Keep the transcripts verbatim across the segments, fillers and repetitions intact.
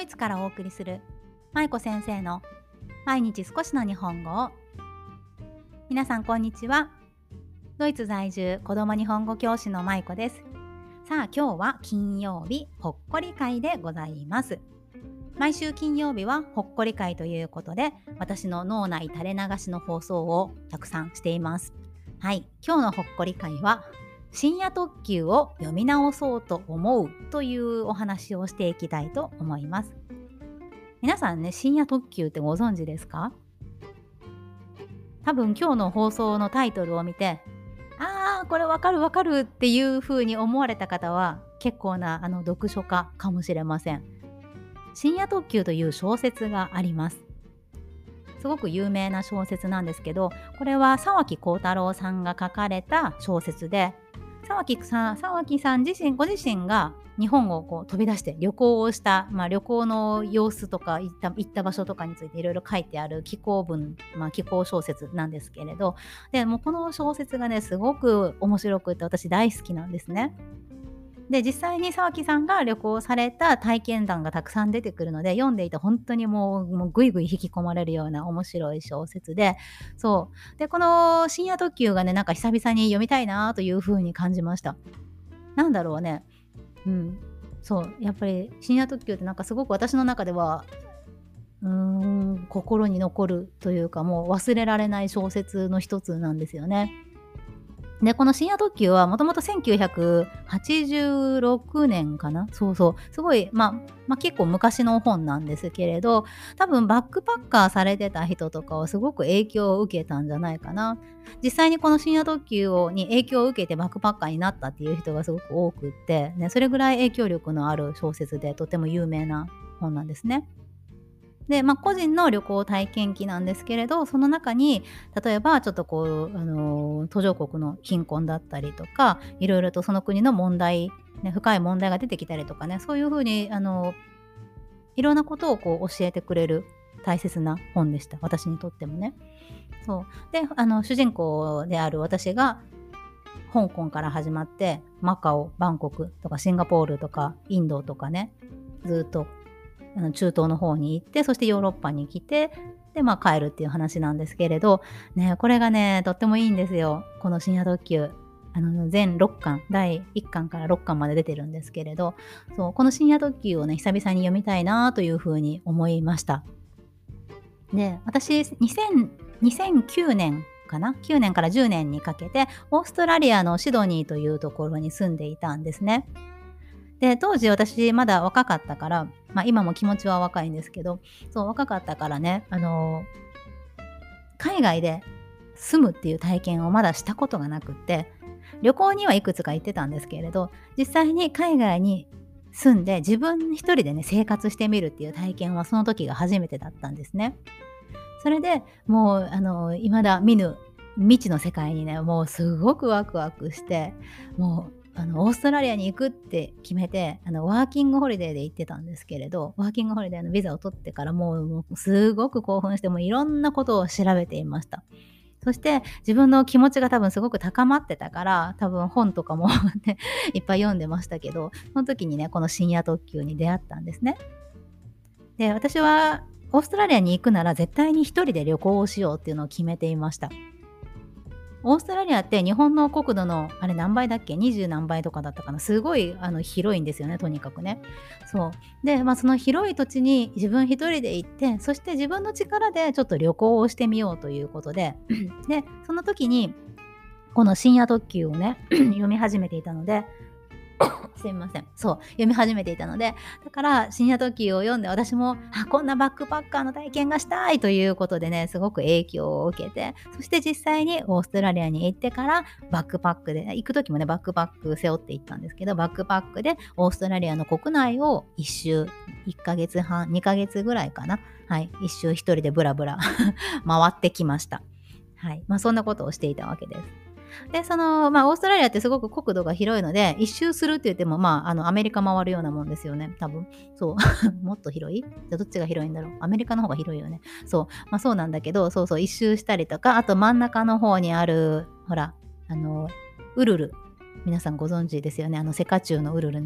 イツからお送りする舞子先生の毎日少しの日本語を。皆さんこんにちは。ドイツ在住子ども日本語教師の舞子です。さあ今日は金曜日ほっこり会でございます。毎週金曜日はほっこり会ということで、私の脳内垂れ流しの放送をたくさんしています。はい、今日のほっこり会は深夜特急を読み直そうと思うというお話をしていきたいと思います。皆さんね、深夜特急ってご存知ですか？多分今日の放送のタイトルを見て、あーこれわかるわかるっていう風に思われた方は結構なあの読書家かもしれません。深夜特急という小説があります。すごく有名な小説なんですけど、これは沢木耕太郎さんが書かれた小説で、沢木さん、沢木さん自身ご自身が日本をこう飛び出して旅行をした、まあ、旅行の様子とか行った、行った場所とかについていろいろ書いてある紀行文、まあ、紀行小説なんですけれど、でもうこの小説がねすごく面白くて私大好きなんですね。で実際に沢木さんが旅行された体験談がたくさん出てくるので、読んでいて本当にもう、もうぐいぐい引き込まれるような面白い小説で、そうでこの深夜特急がねなんか久々に読みたいなという風に感じました。なんだろうね、うんそうやっぱり深夜特急ってなんかすごく私の中ではうーん心に残るというか、もう忘れられない小説の一つなんですよね。でこの深夜特急はもともとせんきゅうひゃくはちじゅうろくねんかな、そうそうすごい、まあ、まあ結構昔の本なんですけれど、多分バックパッカーされてた人とかはすごく影響を受けたんじゃないかな。実際にこの深夜特急をに影響を受けてバックパッカーになったっていう人がすごく多くって、ね、それぐらい影響力のある小説でとても有名な本なんですね。で、まあ、個人の旅行体験記なんですけれど、その中に例えばちょっとこう、あの途上国の貧困だったりとか、いろいろとその国の問題、ね、深い問題が出てきたりとかね、そういうふうにあのいろんなことをこう教えてくれる大切な本でした、私にとってもね。そうであの主人公である私が香港から始まってマカオ、バンコクとかシンガポールとかインドとかね、ずっとあの中東の方に行って、そしてヨーロッパに来て、でまあ帰るっていう話なんですけれどね、これがねとってもいいんですよ。この深夜特急、あの全ろっかん、だいいっかんからろっかんまで出てるんですけれど、そうこの深夜特急をね久々に読みたいなというふうに思いました。で私にせん、にせんきゅうねんかな、きゅうねんからじゅうねんにかけてオーストラリアのシドニーというところに住んでいたんですね。で当時私まだ若かったから、まあ、今も気持ちは若いんですけど、そう若かったからね、あの海外で住むっていう体験をまだしたことがなくって、旅行にはいくつか行ってたんですけれど、実際に海外に住んで自分一人でね生活してみるっていう体験はその時が初めてだったんですね。それでもうあの未だ見ぬ未知の世界にねもうすごくワクワクして、もうあのオーストラリアに行くって決めて、あのワーキングホリデーで行ってたんですけれど、ワーキングホリデーのビザを取ってからもう、もうすごく興奮して、もういろんなことを調べていました。そして自分の気持ちが多分すごく高まってたから、多分本とかも、ね、いっぱい読んでましたけど、その時にねこの深夜特急に出会ったんですね。で私はオーストラリアに行くなら絶対に一人で旅行をしようっていうのを決めていました。オーストラリアって日本の国土のあれ何倍だっけ、にじゅう何倍とかだったかな、すごいあの広いんですよね、とにかくね。そうで、まあ、その広い土地に自分一人で行って、そして自分の力でちょっと旅行をしてみようということででその時にこの深夜特急をね読み始めていたのですみません。そう、読み始めていたので、だから深夜特急を読んで私も、あ、こんなバックパッカーの体験がしたいということでね、すごく影響を受けて、そして実際にオーストラリアに行ってからバックパックで、行く時もね、バックパック背負って行ったんですけど、バックパックでオーストラリアの国内を一周、いっかげつはん、にかげつぐらいかな。はい、一周一人でブラブラ回ってきました。はい、まあそんなことをしていたわけです。で、その、まあ、オーストラリアってすごく国土が広いので、一周するって言っても、まあ、あの、アメリカ回るようなもんですよね、多分。そう。もっと広い？じゃあどっちが広いんだろう。アメリカの方が広いよね。そう。まあ、そうなんだけど、そうそう、一周したりとか、あと真ん中の方にある、ほら、あの、ウルル。皆さんご存知ですよね。あの、セカチュウのウルルね。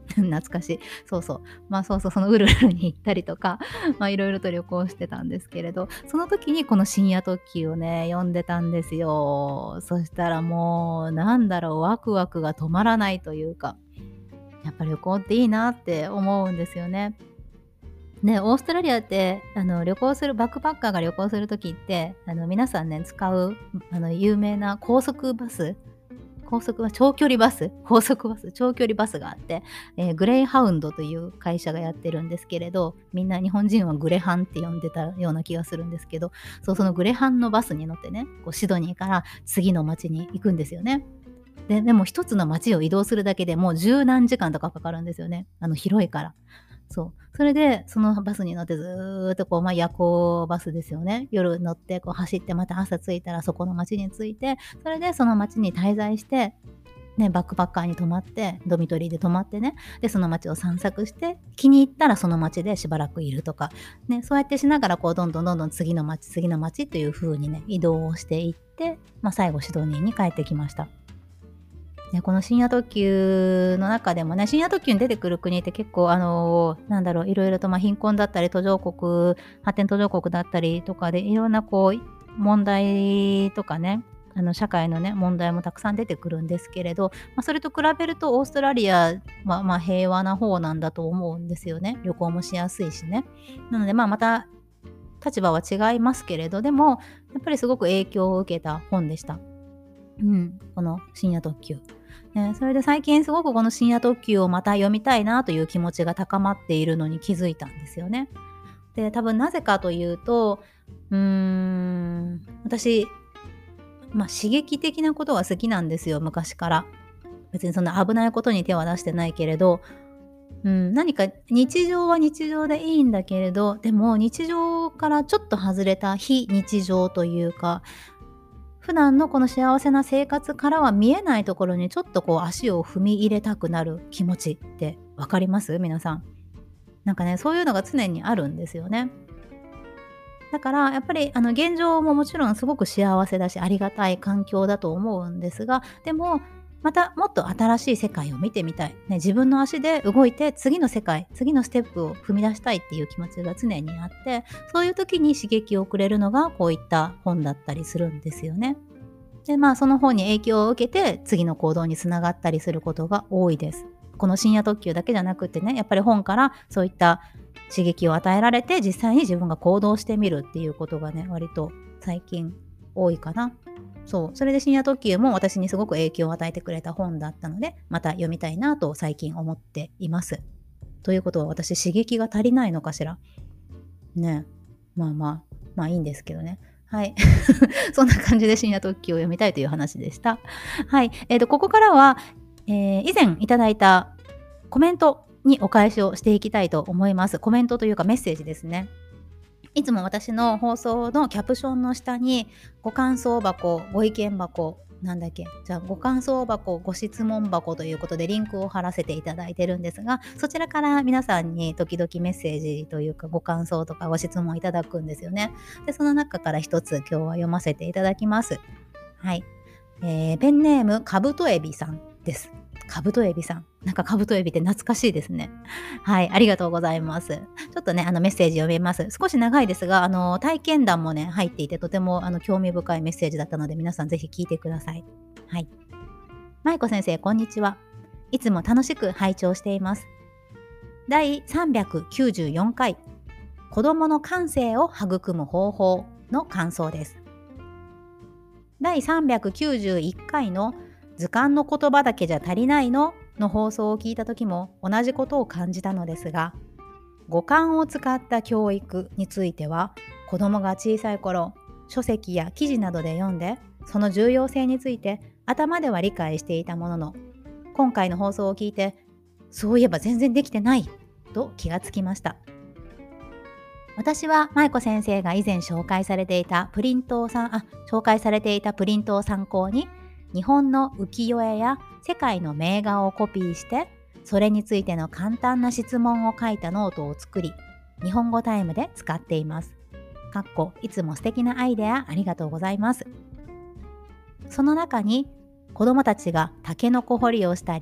懐かしい。そうそう。まあそうそう、そのウルルに行ったりとか、まあいろいろと旅行してたんですけれど、その時にこの深夜特急をね、読んでたんですよ。そしたらもう、なんだろう、ワクワクが止まらないというか、やっぱ旅行っていいなって思うんですよね。ね、オーストラリアってあの旅行するバックパッカーが旅行する時って、あの皆さんね使うあの有名な高速バス、高速は長距離バス高速バス長距離バスがあって、えーグレイハウンドという会社がやってるんですけれど、みんな日本人はグレハンって呼んでたような気がするんですけど、そう、そのグレハンのバスに乗ってね、こうシドニーから次の町に行くんですよね。ででも一つの町を移動するだけでもう十何時間とかかかるんですよね。あの広いから。そう。それで、そのバスに乗ってずーっとこう、ま、夜行バスですよね。夜乗ってこう走ってまた朝着いたらそこの町に着いて、それでその町に滞在して、ね、バックパッカーに泊まって、ドミトリーで泊まってね、で、その町を散策して、気に入ったらその町でしばらくいるとか、ね、そうやってしながらこうどんどんどんどん次の町、次の町という風にね、移動をしていって、ま、最後シドニーに帰ってきました。ね、この深夜特急の中でもね、深夜特急に出てくる国って結構あの、なんだろう、いろいろとま、貧困だったり途上国、発展途上国だったりとかで、いろんなこう問題とかね、あの社会のね、問題もたくさん出てくるんですけれど、ま、それと比べるとオーストラリアは、ま、平和な方なんだと思うんですよね。旅行もしやすいしね。なので、まあ、また立場は違いますけれど、でもやっぱりすごく影響を受けた本でした。うん、この深夜特急。ね、それで最近すごくこの深夜特急をまた読みたいなという気持ちが高まっているのに気づいたんですよね。で、多分なぜかというと、うーん、私、まあ、刺激的なことが好きなんですよ、昔から。別にそんな危ないことに手は出してないけれど、うん、何か日常は日常でいいんだけれど、でも日常からちょっと外れた非日常というか、普段のこの幸せな生活からは見えないところにちょっとこう足を踏み入れたくなる気持ちってわかります？皆さん。なんかね、そういうのが常にあるんですよね。だからやっぱりあの現状ももちろんすごく幸せだし、ありがたい環境だと思うんですが、でもまたもっと新しい世界を見てみたい。ね、自分の足で動いて次の世界、次のステップを踏み出したいっていう気持ちが常にあって、そういう時に刺激をくれるのがこういった本だったりするんですよね。で、まあその本に影響を受けて次の行動につながったりすることが多いです。この深夜特急だけじゃなくってね、やっぱり本からそういった刺激を与えられて実際に自分が行動してみるっていうことがね、割と最近多いかな。そう。それで深夜特急も私にすごく影響を与えてくれた本だったので、また読みたいなと最近思っています。ということは私刺激が足りないのかしら。ね。まあまあ、まあいいんですけどね。はい。そんな感じで深夜特急を読みたいという話でした。はい。えっと、ここからは、えー以前いただいたコメントにお返しをしていきたいと思います。コメントというかメッセージですね。いつも私の放送のキャプションの下にご感想箱、ご意見箱、なんだっけ、じゃあご感想箱、ご質問箱ということでリンクを貼らせていただいてるんですが、そちらから皆さんに時々メッセージというかご感想とかご質問いただくんですよね。で、その中から一つ今日は読ませていただきます。はい。えーペンネームかぶとエビさんです。かぶとエビさん。なんかかぶとエビって懐かしいですね。はい、ありがとうございます。ちょっとね、あのメッセージ読みます。少し長いですが、あの体験談もね、入っていて、とてもあの興味深いメッセージだったので、皆さんぜひ聞いてください。はい。まいこ先生、こんにちは。いつも楽しく拝聴しています。だいさんびゃくきゅうじゅうよんかい、子供の感性を育む方法の感想です。だいさんびゃくきゅうじゅういっかいの図鑑の言葉だけじゃ足りないのの放送を聞いた時も同じことを感じたのですが、五感を使った教育については子どもが小さい頃、書籍や記事などで読んでその重要性について頭では理解していたものの、今回の放送を聞いてそういえば全然できてないと気がつきました。私は舞子先生が以前紹介されていたプリントをさんあ紹介されていたプリントを参考に、日本の浮世絵や世界の名画をコピーして、それについての簡単な質問を書いたノートを作り、日本語タイムで使っています。かっこいつも素敵なアイデアありがとうございます。その中に子どもたちがタケノコ掘りをしたり、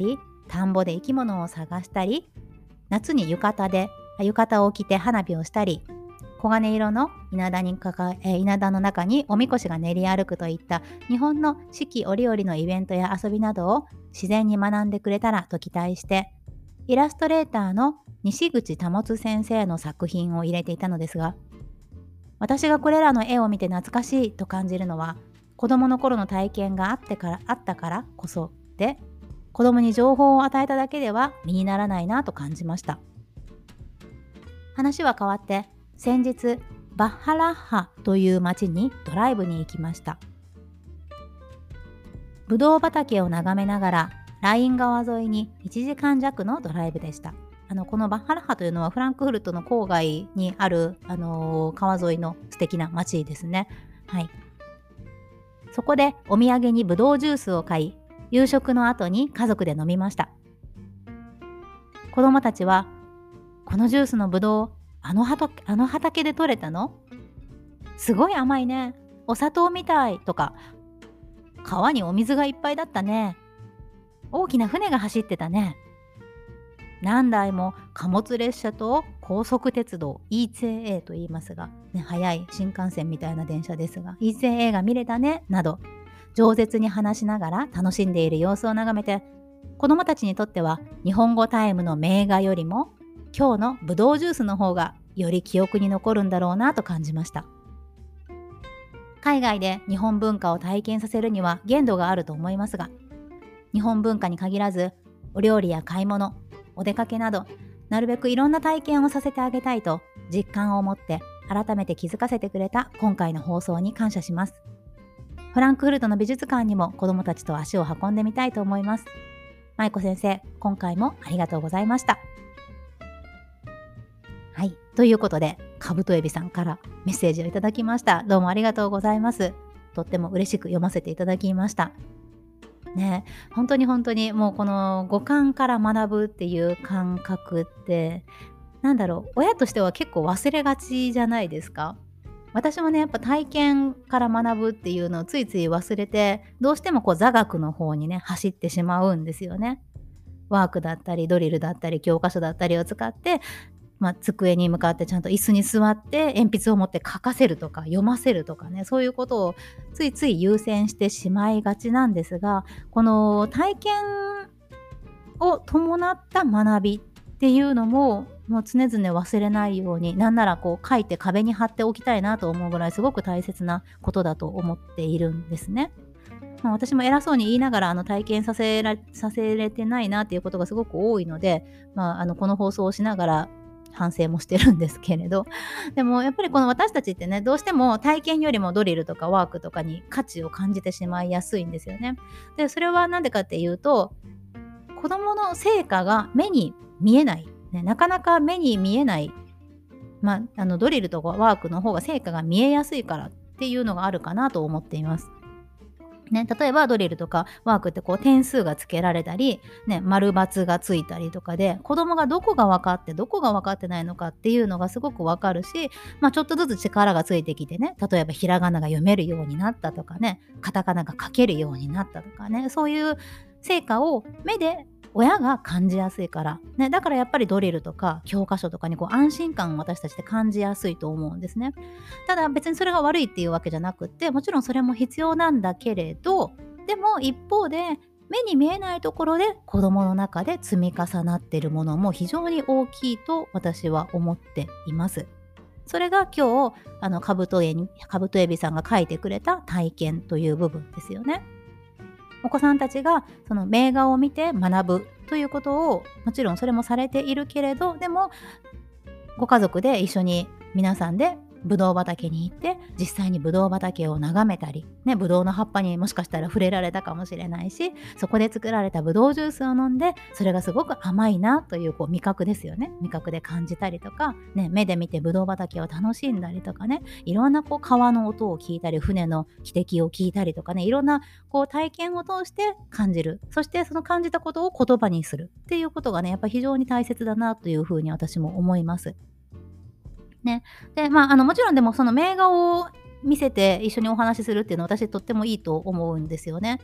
田んぼで生き物を探したり、夏に浴衣で浴衣を着て花火をしたり、黄金色の稲田にかか、えー、稲田の中におみこしが練り歩くといった日本の四季折々のイベントや遊びなどを自然に学んでくれたらと期待して、イラストレーターの西口保先生の作品を入れていたのですが、私がこれらの絵を見て懐かしいと感じるのは、子供の頃の体験があってからあったからこそで、子供に情報を与えただけでは身にならないなと感じました。話は変わって、先日バッハラッハという町にドライブに行きました。ぶどう畑を眺めながらライン川沿いにいちじかん弱のドライブでした。あのこのバッハラッハというのはフランクフルトの郊外にある、あのー、川沿いの素敵な町ですね。はい。そこでお土産にぶどうジュースを買い、夕食の後に家族で飲みました。子供たちは、このジュースのぶどう、あの畑、あの畑で採れたの？すごい甘いね。お砂糖みたいとか、川にお水がいっぱいだったね。大きな船が走ってたね。何台も貨物列車と高速鉄道 イーツェーエー と言いますが、ね、速い新幹線みたいな電車ですが イーツェーエー が見れたねなど、饒舌に話しながら楽しんでいる様子を眺めて、子どもたちにとっては日本語タイムの名画よりも今日のぶどうジュースの方がより記憶に残るんだろうなと感じました。海外で日本文化を体験させるには限度があると思いますが、日本文化に限らずお料理や買い物、お出かけなど、なるべくいろんな体験をさせてあげたいと実感を持って改めて気づかせてくれた今回の放送に感謝します。フランクフルトの美術館にも子どもたちと足を運んでみたいと思います。舞子先生、今回もありがとうございました。はい、ということで、かぶとえびさんからメッセージをいただきました。どうもありがとうございます。とっても嬉しく読ませていただきました。ね、本当に本当にもうこの五感から学ぶっていう感覚ってなんだろう、親としては結構忘れがちじゃないですか。私もねやっぱ体験から学ぶっていうのをついつい忘れて、どうしてもこう座学の方にね走ってしまうんですよね。ワークだったりドリルだったり教科書だったりを使って、まあ、机に向かってちゃんと椅子に座って鉛筆を持って書かせるとか読ませるとかね、そういうことをついつい優先してしまいがちなんですが、この体験を伴った学びっていうのももう常々忘れないように、なんならこう書いて壁に貼っておきたいなと思うぐらいすごく大切なことだと思っているんですね。まあ、私も偉そうに言いながらあの体験させらさせれてないなっていうことがすごく多いので、まあ、あのこの放送をしながら反省もしてるんですけれど、でもやっぱりこの私たちってね、どうしても体験よりもドリルとかワークとかに価値を感じてしまいやすいんですよね。でそれはなんでかっていうと、子どもの成果が目に見えない、ね、なかなか目に見えない、まあ、あのドリルとかワークの方が成果が見えやすいからっていうのがあるかなと思っています。ね、例えばドリルとかワークってこう点数がつけられたり、ね、丸×がついたりとかで、子供がどこが分かってどこが分かってないのかっていうのがすごく分かるし、まあ、ちょっとずつ力がついてきてね、例えばひらがなが読めるようになったとかね、カタカナが書けるようになったとかね、そういう成果を目で親が感じやすいから、ね、だからやっぱりドリルとか教科書とかにこう安心感を私たちって感じやすいと思うんですね。ただ別にそれが悪いっていうわけじゃなくって、もちろんそれも必要なんだけれど、でも一方で目に見えないところで子どもの中で積み重なっているものも非常に大きいと私は思っています。それが今日あのカブトエビ、カブトエビさんが書いてくれた体験という部分ですよね。お子さんたちがその名画を見て学ぶということを、もちろんそれもされているけれど、でもご家族で一緒に皆さんでぶどう畑に行って実際にぶどう畑を眺めたり、ね、ぶどうの葉っぱにもしかしたら触れられたかもしれないし、そこで作られたぶどうジュースを飲んでそれがすごく甘いなという、こう味覚ですよね。味覚で感じたりとか、ね、目で見てぶどう畑を楽しんだりとかね、いろんなこう川の音を聞いたり船の汽笛を聞いたりとかね、いろんなこう体験を通して感じる、そしてその感じたことを言葉にするっていうことがね、やっぱり非常に大切だなというふうに私も思います。ね、でまあ、あのもちろんでもその名画を見せて一緒にお話しするっていうのは私とってもいいと思うんですよね。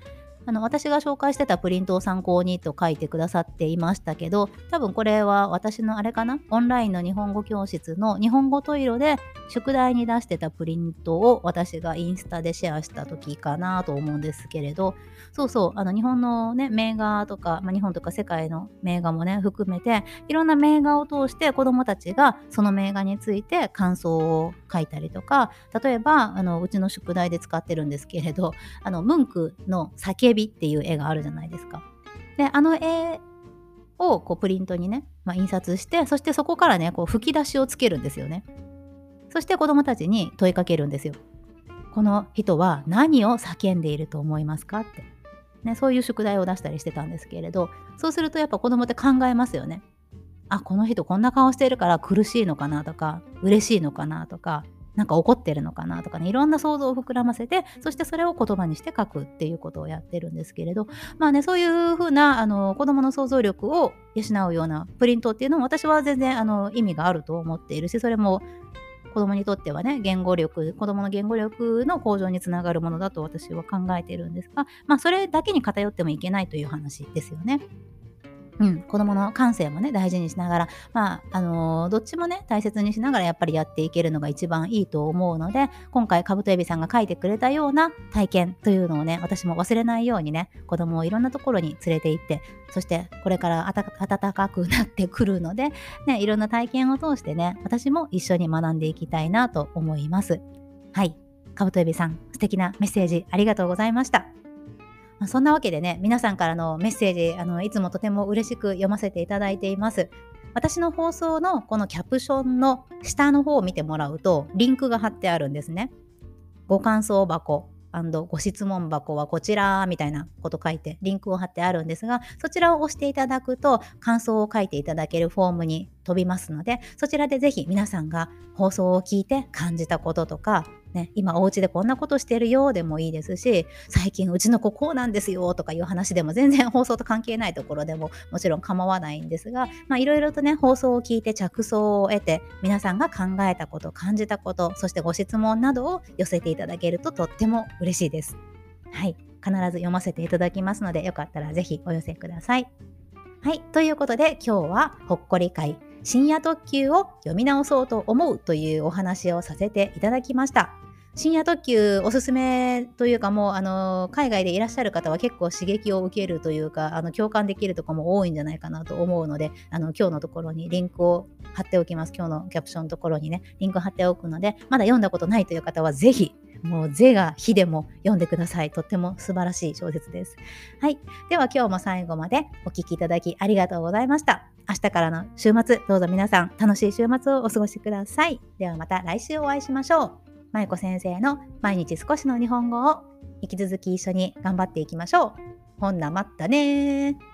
あの私が紹介してたプリントを参考にと書いてくださっていましたけど、多分これは私のあれかな、オンラインの日本語教室の日本語トイロで宿題に出してたプリントを私がインスタでシェアした時かなと思うんですけれど、そうそう、あの日本のね名画とか、まあ、日本とか世界の名画もね含めて、いろんな名画を通して子どもたちがその名画について感想を書いたりとか、例えばあのうちの宿題で使ってるんですけれど、あのムンクの叫びっていう絵があるじゃないですか。であの絵をこうプリントにね、まあ、印刷して、そしてそこからねこう吹き出しをつけるんですよね。そして子どもたちに問いかけるんですよ。この人は何を叫んでいると思いますかって、ね、そういう宿題を出したりしてたんですけれど、そうするとやっぱ子どもって考えますよね。あ、この人こんな顔してるから苦しいのかなとか、嬉しいのかなとか、なんか怒ってるのかなとかね、いろんな想像を膨らませて、そしてそれを言葉にして書くっていうことをやってるんですけれど、まあね、そういう風なあの子どもの想像力を養うようなプリントっていうのも、私は全然あの意味があると思っているし、それも子どもにとってはね、言語力、子どもの言語力の向上につながるものだと私は考えているんですが、まあそれだけに偏ってもいけないという話ですよね。うん、子どもの感性もね大事にしながら、まああのーどっちもね大切にしながらやっぱりやっていけるのが一番いいと思うので、今回カブトエビさんが書いてくれたような体験というのをね、私も忘れないようにね、子どもをいろんなところに連れて行って、そしてこれからあた暖かくなってくるので、ね、いろんな体験を通してね、私も一緒に学んでいきたいなと思います。はい、カブトエビさん、素敵なメッセージありがとうございました。まあ、そんなわけでね、皆さんからのメッセージ、あのいつもとても嬉しく読ませていただいています。私の放送のこのキャプションの下の方を見てもらうと、リンクが貼ってあるんですね。ご感想箱ご質問箱はこちらみたいなこと書いてリンクを貼ってあるんですが、そちらを押していただくと感想を書いていただけるフォームに飛びますので、そちらでぜひ皆さんが放送を聞いて感じたこととか、ね、今お家でこんなことしてるよでもいいですし、最近うちの子こうなんですよとかいう話でも、全然放送と関係ないところでももちろん構わないんですが、まあいろいろとね放送を聞いて着想を得て、皆さんが考えたこと、感じたこと、そしてご質問などを寄せていただけるととっても嬉しいです。はい、必ず読ませていただきますので、よかったらぜひお寄せください。はい、ということで今日はほっこり会深夜特急を読み直そうと思うというお話をさせていただきました。深夜特急おすすめというか、もうあの海外でいらっしゃる方は結構刺激を受けるというか、あの共感できるところも多いんじゃないかなと思うので、あの今日のところにリンクを貼っておきます。今日のキャプションのところにねリンクを貼っておくので、まだ読んだことないという方はぜひ、もう是が非でも読んでください。とっても素晴らしい小説です。はい、では今日も最後までお聞きいただきありがとうございました。明日からの週末、どうぞ皆さん楽しい週末をお過ごしください。ではまた来週お会いしましょう。まいこ先生の毎日少しの日本語を引き続き一緒に頑張っていきましょう。ほんなまったねー。